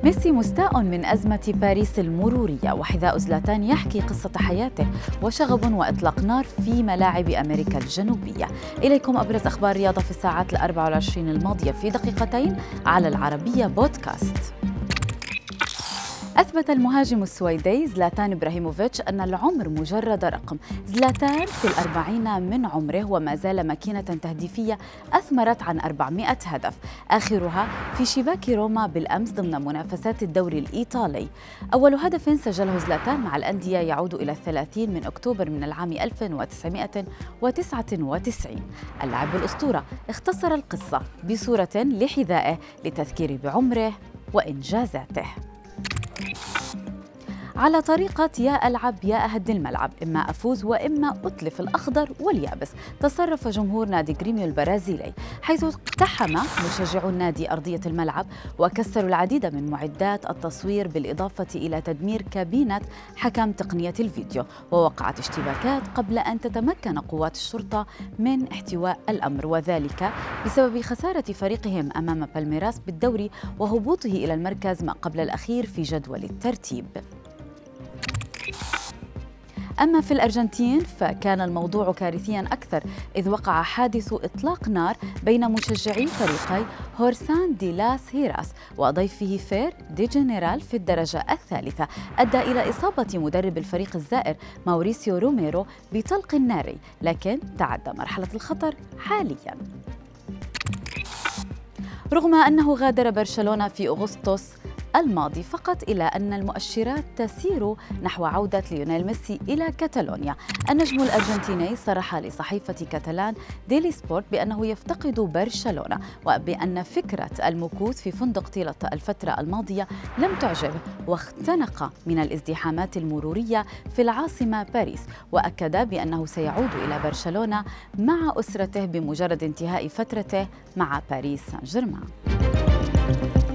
ميسي مستاء من أزمة باريس المرورية، وحذاء زلاتان يحكي قصة حياته، وشغب وإطلاق نار في ملاعب أمريكا الجنوبية. إليكم أبرز أخبار الرياضة في الساعات 24 الماضية في دقيقتين على العربية بودكاست. أثبت المهاجم السويدي زلاتان إبراهيموفيتش أن العمر مجرد رقم. زلاتان في 40 من عمره وما زال ماكينة تهديفية أثمرت عن 400 هدف، آخرها في شباك روما بالأمس ضمن منافسات الدوري الإيطالي. أول هدف سجله زلاتان مع الأندية يعود إلى 30 من أكتوبر من العام 1999. اللاعب الأسطورة اختصر القصة بصورة لحذائه للتذكير بعمره وإنجازاته. على طريقة يا ألعب يا أهد الملعب، إما أفوز وإما أتلف الأخضر واليابس، تصرف جمهور نادي غريميو البرازيلي، حيث اقتحم مشجعو النادي أرضية الملعب وكسروا العديد من معدات التصوير، بالإضافة إلى تدمير كابينة حكم تقنية الفيديو، ووقعت اشتباكات قبل أن تتمكن قوات الشرطة من احتواء الأمر، وذلك بسبب خسارة فريقهم أمام بالميراس بالدوري وهبوطه إلى المركز ما قبل الأخير في جدول الترتيب. أما في الأرجنتين فكان الموضوع كارثياً أكثر، إذ وقع حادث إطلاق نار بين مشجعي فريقي هورسان دي لاس هيراس وضيفه فير دي جنرال في الدرجة الثالثة، أدى إلى إصابة مدرب الفريق الزائر ماوريسيو روميرو بطلق ناري، لكن تعدى مرحلة الخطر حالياً. رغم أنه غادر برشلونة في أغسطس الماضي فقط، إلى أن المؤشرات تسير نحو عودة ليونيل ميسي إلى كاتالونيا. النجم الأرجنتيني صرح لصحيفة كاتالان ديلي سبورت بأنه يفتقد برشلونة، وبأن فكرة المكوث في فندق طيلة الفترة الماضية لم تعجبه، واختنق من الازدحامات المرورية في العاصمة باريس، وأكد بأنه سيعود إلى برشلونة مع أسرته بمجرد انتهاء فترته مع باريس سان جيرمان.